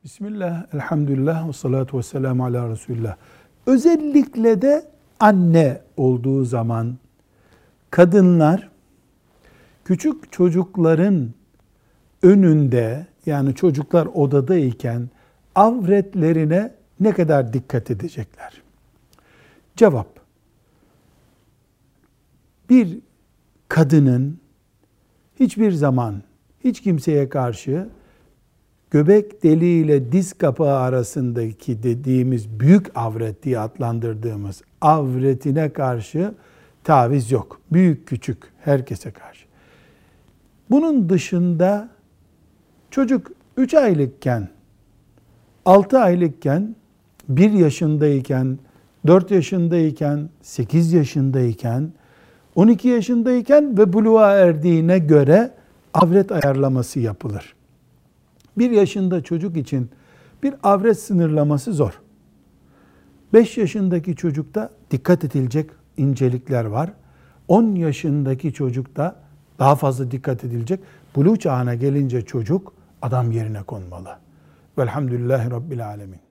Bismillah, elhamdülillah, ve salatu ve selamu ala Resulullah. Özellikle de anne olduğu zaman kadınlar küçük çocukların önünde, yani çocuklar odadayken avretlerine ne kadar dikkat edecekler? Cevap: bir kadının hiçbir zaman hiç kimseye karşı göbek deliği ile diz kapağı arasındaki dediğimiz büyük avret diye adlandırdığımız avretine karşı taviz yok. Büyük küçük herkese karşı. Bunun dışında çocuk 3 aylıkken, 6 aylıkken, 1 yaşındayken, 4 yaşındayken, 8 yaşındayken, 12 yaşındayken ve buluğa erdiğine göre avret ayarlaması yapılır. 1 yaşında çocuk için bir avret sınırlaması zor. 5 yaşındaki çocukta dikkat edilecek incelikler var. 10 yaşındaki çocukta daha fazla dikkat edilecek. Buluğ çağına gelince çocuk adam yerine konmalı. Velhamdülillahi Rabbil Alemin.